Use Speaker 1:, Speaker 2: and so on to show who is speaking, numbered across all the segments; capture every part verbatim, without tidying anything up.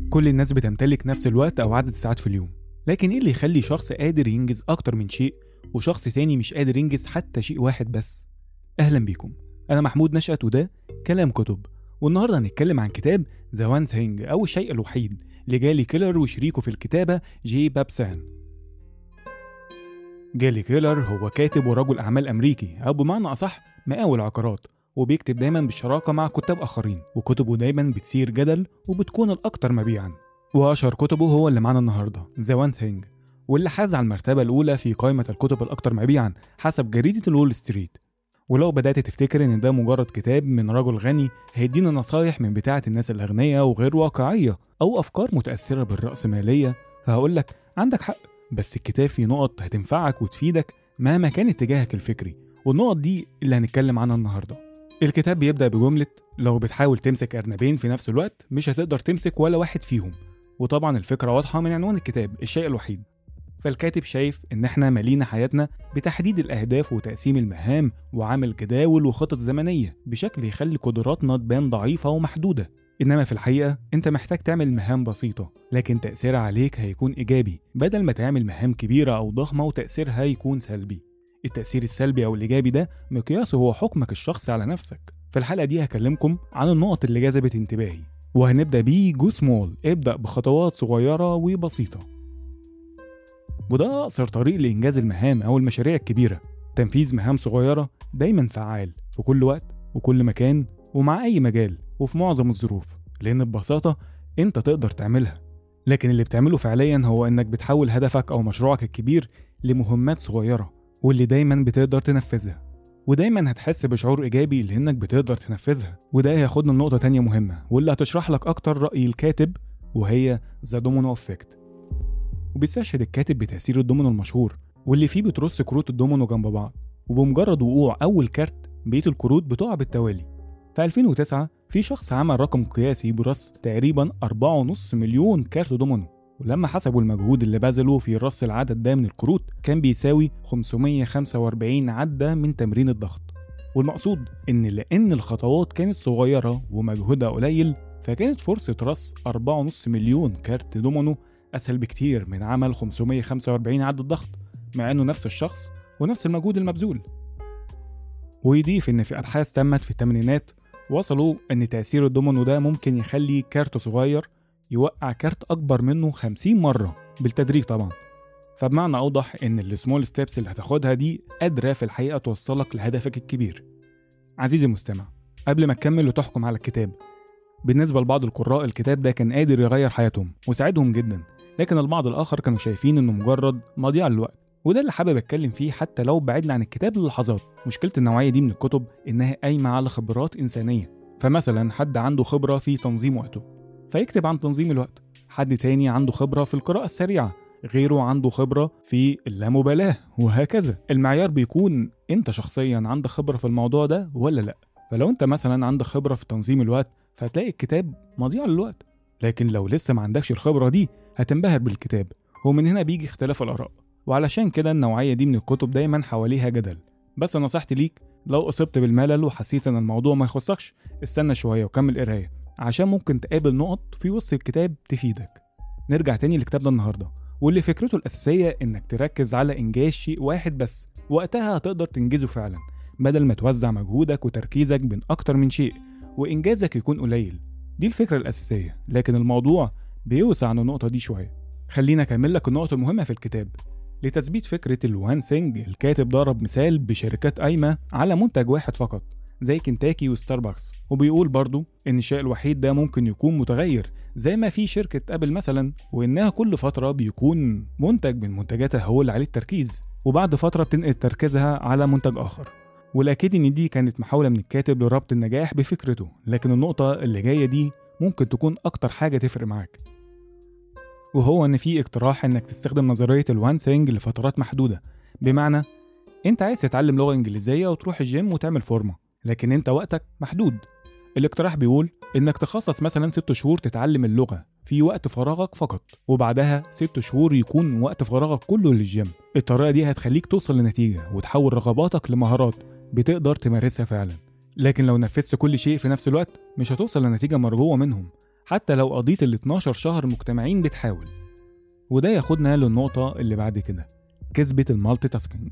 Speaker 1: كل الناس بتمتلك نفس الوقت أو عدد الساعات في اليوم، لكن إيه اللي يخلي شخص قادر ينجز أكتر من شيء وشخص تاني مش قادر ينجز حتى شيء واحد بس؟ أهلا بيكم، أنا محمود نشأت وده كلام كتب، والنهاردة هنتكلم عن كتاب ذا وان ثينج أو الشيء الوحيد لجالي كيلر وشريكه في الكتابة جي بابسان. جالي كيلر هو كاتب ورجل أعمال أمريكي، أو بمعنى أصح مقاول عقارات، وبيكتب دايما بالشراكة مع كتاب آخرين، وكتبه دايما بتثير جدل وبتكون الأكثر مبيعا. وأشهر كتبه هو اللي معنا النهاردة ذا وان ثينج، واللي حاز على المرتبة الأولى في قائمة الكتب الأكثر مبيعا حسب جريدة الول ستريت. ولو بدأت تفتكر إن ده مجرد كتاب من رجل غني هيدينا نصايح من بتاعة الناس الأغنياء وغير واقعية أو أفكار متأثرة بالرأسمالية، فهقولك عندك حق، بس الكتاب فيه نقط هتنفعك وتفيدك مهما كان اتجاهك الفكري، والنقط دي اللي هنتكلم عنها النهاردة. الكتاب بيبدأ بجملة: لو بتحاول تمسك أرنبين في نفس الوقت مش هتقدر تمسك ولا واحد فيهم. وطبعا الفكرة واضحة من عنوان الكتاب الشيء الوحيد. فالكاتب شايف إن إحنا مالينا حياتنا بتحديد الأهداف وتقسيم المهام وعمل جداول وخطط زمنية بشكل يخلي قدراتنا تبان ضعيفة ومحدودة، إنما في الحقيقة أنت محتاج تعمل مهام بسيطة لكن تأثيرها عليك هيكون إيجابي، بدل ما تعمل مهام كبيرة أو ضخمة وتأثيرها يكون سلبي. التأثير السلبي أو الإيجابي ده مقياسه هو حكمك الشخصي على نفسك. في الحلقة دي هكلمكم عن النقط اللي جذبت انتباهي، وهنبدأ بيه جو سمول، ابدأ بخطوات صغيرة وبسيطة. وده أقصر طريق لإنجاز المهام أو المشاريع الكبيرة. تنفيذ مهام صغيرة دايما فعال في كل وقت وكل مكان ومع أي مجال وفي معظم الظروف، لأن ببساطة أنت تقدر تعملها. لكن اللي بتعمله فعليا هو أنك بتحول هدفك أو مشروعك الكبير لمهمات صغيرة واللي دايما بتقدر تنفذها، ودايما هتحس بشعور إيجابي لأنك بتقدر تنفذها. وده هياخدنا لنقطة تانية مهمة واللي هتشرح لك أكتر رأي الكاتب، وهي ذا دومينو إفكت. وبيستشهد الكاتب بتأثير الدومينو المشهور واللي فيه بترص كروت الدومينو جنب بعض، وبمجرد وقوع أول كارت بقية الكروت بتقع بالتوالي. في ألفين وتسعة في شخص عمل رقم قياسي برص تقريبا أربعة ونص مليون كارت دومينو، ولما حسبوا المجهود اللي بذلوا في رص العدد ده من الكروت كان بيساوي خمسمية وخمسة وأربعين عدة من تمرين الضغط. والمقصود إن لأن الخطوات كانت صغيرة ومجهودها قليل، فكانت فرصة رص أربعة ونص مليون كارت دومينو أسهل بكتير من عمل خمسمية وخمسة وأربعين عدة ضغط، مع إنه نفس الشخص ونفس المجهود المبذول. ويضيف إن في أبحاث تمت في الثمانينات وصلوا إن تأثير الدومينو ده ممكن يخلي كارت صغير يوقع كارت أكبر منه خمسين مرة بالتدريج طبعا. فبمعنى أوضح إن السمول ستيبس اللي هتاخدها دي قادرة في الحقيقة توصلك لهدفك الكبير. عزيزي المستمع، قبل ما تكمل وتحكم على الكتاب، بالنسبة لبعض القراء الكتاب ده كان قادر يغير حياتهم وساعدهم جدا، لكن البعض الآخر كانوا شايفين إنه مجرد مضيعة للوقت. وده اللي حابب أتكلم فيه حتى لو بعدنا عن الكتاب للحظات. مشكلة النوعية دي من الكتب إنها قايمة على خبرات إنسانية. فمثلا حد عنده خبرة في تنظيم وقته فيكتب عن تنظيم الوقت، حد تاني عنده خبرة في القراءة السريعة، غيره عنده خبرة في اللامبالاة، وهكذا. المعيار بيكون أنت شخصيا عندك خبرة في الموضوع ده ولا لأ. فلو أنت مثلا عندك خبرة في تنظيم الوقت فهتلاقي الكتاب مضيع للوقت، لكن لو لسه ما عندكش الخبرة دي هتنبهر بالكتاب. ومن هنا بيجي اختلاف الآراء، وعلشان كده النوعية دي من الكتب دايما حواليها جدل. بس نصيحتي ليك، لو أصبت بالملل وحسيت ان الموضوع ما يخصكش، استنى شوية وكمل قراية، عشان ممكن تقابل نقط في وسط الكتاب تفيدك. نرجع تاني لكتابنا النهاردة، واللي فكرته الأساسية انك تركز على إنجاز شيء واحد بس، وقتها هتقدر تنجزه فعلا، بدل ما توزع مجهودك وتركيزك بين أكتر من شيء وإنجازك يكون قليل. دي الفكرة الأساسية، لكن الموضوع بيوسع عن النقطة دي شوية. خلينا أكمل لك النقطة المهمة في الكتاب. لتثبيت فكرة الوان ثينج، الكاتب ضرب مثال بشركات قايمة على منتج واحد فقط زي كنتاكي وستاربكس، وبيقول برضو إن الشيء الوحيد ده ممكن يكون متغير زي ما في شركة أبل مثلا، وإنها كل فترة بيكون منتج من منتجاتها هو اللي عليه التركيز، وبعد فترة بتنقل تركيزها على منتج آخر. والأكيد إن دي كانت محاولة من الكاتب لربط النجاح بفكرته، لكن النقطة اللي جاية دي ممكن تكون أكتر حاجة تفرق معاك، وهو ان في اقتراح انك تستخدم نظريه الوان ثينج لفترات محدوده. بمعنى انت عايز تتعلم لغه انجليزيه وتروح الجيم وتعمل فورمه، لكن انت وقتك محدود. الاقتراح بيقول انك تخصص مثلا ست شهور تتعلم اللغه في وقت فراغك فقط، وبعدها ست شهور يكون وقت فراغك كله للجيم. الطريقه دي هتخليك توصل لنتيجه وتحول رغباتك لمهارات بتقدر تمارسها فعلا. لكن لو نفذت كل شيء في نفس الوقت مش هتوصل لنتيجه مرجوه منهم، حتى لو قضيت ال اتناشر شهر مجتمعين بتحاول. وده ياخدنا للنقطة اللي بعد كده، كذبة المالتي تاسكينج.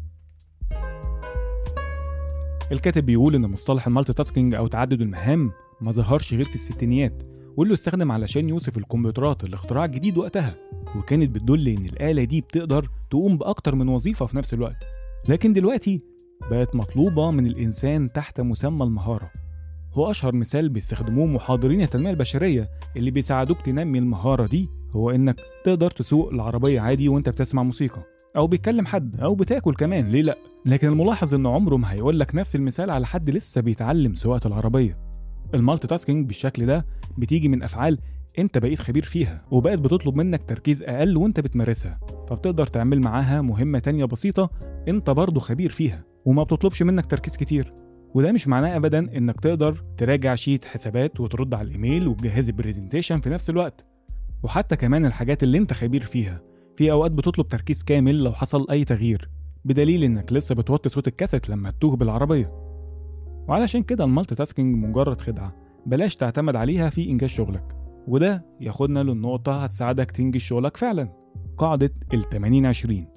Speaker 1: الكاتب بيقول إن مصطلح المالتي تاسكينج أو تعدد المهام ما ظهرش غير في الستينيات، واللي استخدم علشان يوصف الكمبيوترات الاختراع الجديد وقتها، وكانت بتدل إن الآلة دي بتقدر تقوم بأكتر من وظيفة في نفس الوقت. لكن دلوقتي بقت مطلوبة من الإنسان تحت مسمى المهارة. هو أشهر مثال بيستخدموه محاضرين التنمية البشرية اللي بيساعدوك تنمي المهارة دي هو إنك تقدر تسوق العربية عادي وإنت بتسمع موسيقى، أو بيتكلم حد، أو بتاكل كمان، ليه لأ؟ لكن الملاحظ إن عمره ما هيقول لك نفس المثال على حد لسه بيتعلم سواقة العربية. المالتي تاسكينج بالشكل ده بتيجي من أفعال أنت بقيت خبير فيها، وبقت بتطلب منك تركيز أقل وأنت بتمارسها، فبتقدر تعمل معاها مهمة تانية بسيطة أنت برضو خبير فيها وما بتطلبش منك تركيز كتير. وده مش معناه أبدا إنك تقدر تراجع شيت حسابات وترد على الإيميل وتجهز البريزنتيشن في نفس الوقت. وحتى كمان الحاجات اللي أنت خبير فيها في أوقات بتطلب تركيز كامل لو حصل أي تغيير، بدليل إنك لسه بتوطي صوت الكاسيت لما تتوه بالعربية. وعلشان كده المالتي تاسكينج مجرد خدعة، بلاش تعتمد عليها في إنجاز شغلك. وده ياخدنا للنقطة هتساعدك تنجز شغلك فعلا، قاعدة ال ثمانين عشرين.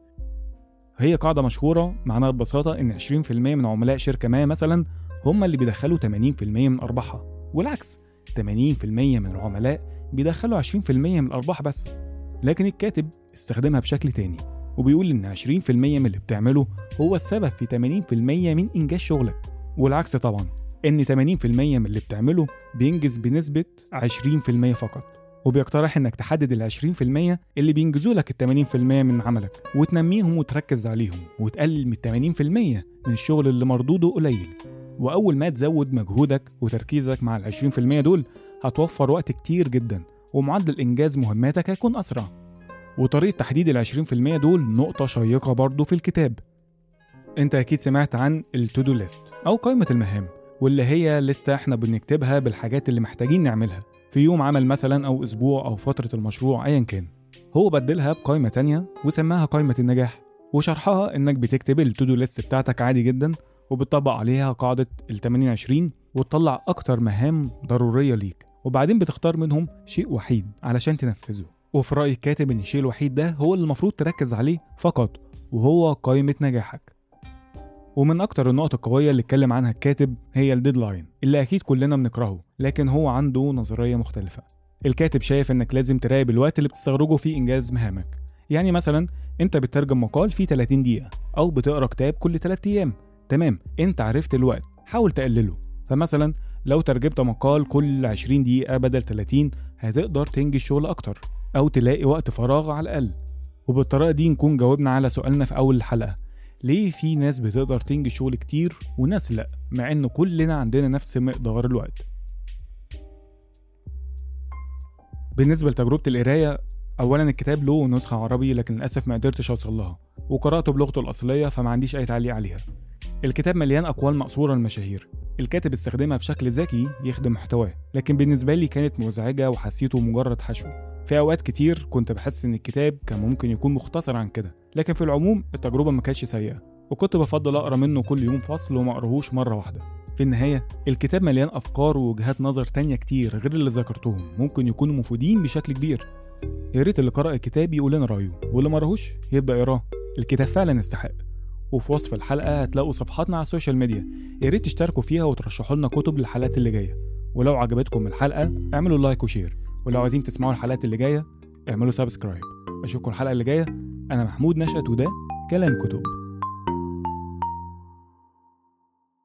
Speaker 1: هي قاعدة مشهورة، معناها ببساطة إن عشرين في المية من عملاء شركة ما مثلا هم اللي بيدخلوا ثمانين في المية من أرباحها، والعكس ثمانين في المية من العملاء بيدخلوا عشرين في المية من الأرباح بس. لكن الكاتب استخدمها بشكل تاني وبيقول إن عشرين في المية من اللي بتعمله هو السبب في ثمانين في المية من إنجاز شغلك، والعكس طبعا إن ثمانين في المية من اللي بتعمله بينجز بنسبة عشرين في المية فقط. وبيقترح إنك تحدد ال عشرين في المية اللي بينجزوا لك ال ثمانين في المية من عملك وتنميهم وتركز عليهم، وتقلل من ثمانين في المية من الشغل اللي مردوده قليل. وأول ما تزود مجهودك وتركيزك مع ال عشرين في المية دول هتوفر وقت كتير جدا، ومعدل إنجاز مهماتك هيكون أسرع. وطريقة تحديد ال عشرين في المية دول نقطة شيقة برضو في الكتاب. انت أكيد سمعت عن التودو ليست أو قائمة المهام، واللي هي لستة احنا بنكتبها بالحاجات اللي محتاجين نعملها في يوم عمل مثلا أو أسبوع أو فترة المشروع أيا كان. هو بدلها بقائمة تانية وسماها قائمة النجاح، وشرحها إنك بتكتب التودو ليست بتاعتك عادي جدا، وبتطبق عليها قاعدة ال ثمانين عشرين وتطلع أكتر مهام ضرورية ليك، وبعدين بتختار منهم شيء وحيد علشان تنفذه. وفي رأي الكاتب إن الشيء الوحيد ده هو اللي المفروض تركز عليه فقط، وهو قائمة نجاحك. ومن أكتر النقط القوية اللي اتكلم عنها الكاتب هي الديدلاين، اللي أكيد كلنا بنكرهه، لكن هو عنده نظرية مختلفة. الكاتب شايف إنك لازم تراقب الوقت اللي بتستغرقه في إنجاز مهامك. يعني مثلا أنت بتترجم مقال فيه ثلاثين دقيقة، أو بتقرأ كتاب كل ثلاثة أيام. تمام، أنت عرفت الوقت، حاول تقلله. فمثلا لو ترجمت مقال كل عشرين دقيقة بدل ثلاثين هتقدر تنجز شغل أكتر، أو تلاقي وقت فراغ على الأقل. وبالطريقة دي نكون جاوبنا على سؤالنا في أول الحلقة: ليه في ناس بتقدر تنجز شغل كتير وناس لأ، مع إن كلنا عندنا نفس مقدار الوقت؟ بالنسبة لتجربة القراية، أولا الكتاب له نسخة عربي لكن للأسف ما قدرتش أوصل لها، وقرأته بلغته الأصلية فما عنديش أي تعليق عليها. الكتاب مليان أقوال مقصورة المشاهير، الكاتب استخدمها بشكل ذكي يخدم محتواه، لكن بالنسبة لي كانت مزعجة وحسيته مجرد حشو. في أوقات كتير كنت بحس إن الكتاب كان ممكن يكون مختصر عن كده، لكن في العموم التجربة ما كانتش سيئة، وكنت بفضل أقرأ منه كل يوم فصل وما أقراهوش مرة واحدة. في النهاية الكتاب مليان أفكار ووجهات نظر تانية كتير غير اللي ذكرتهم ممكن يكونوا مفيدين بشكل كبير. يا ريت اللي قرأ الكتاب يقول لنا رأيه، واللي ما قراهوش يبدأ يقراه، الكتاب فعلا يستحق. وفي وصف الحلقة هتلاقوا صفحاتنا على السوشيال ميديا، يا ريت تشتركوا فيها وترشحوا لنا كتب للحلقات اللي جاية. ولو عجبتكم الحلقة اعملوا لايك وشير، ولو عايزين تسمعوا الحلقات اللي جاية اعملوا سبسكرايب. اشوفكم الحلقة اللي جاية. انا محمود نشأت وده كلام كتب.